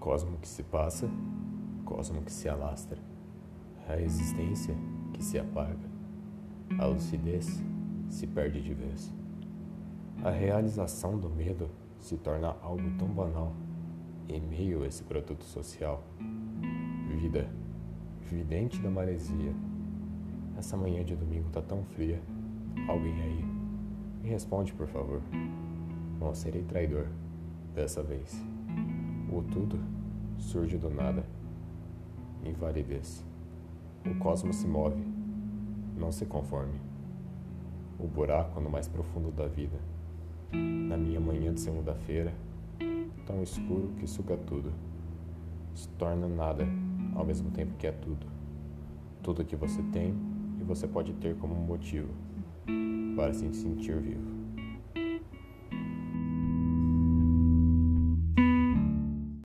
Cosmo que se passa, cosmo que se alastra, a existência que se apaga, a lucidez se perde de vez. A realização do medo se torna algo tão banal em meio a esse produto social. Vida, vidente da maresia, essa manhã de domingo tá tão fria. Alguém aí, me responde por favor. Não serei traidor, dessa vez. O tudo surge do nada, invalidez. O cosmos se move, não se conforme. O buraco no mais profundo da vida. Na minha manhã de segunda-feira, tão escuro que suga tudo. Se torna nada, ao mesmo tempo que é tudo. Tudo que você tem e você pode ter como motivo para se sentir vivo.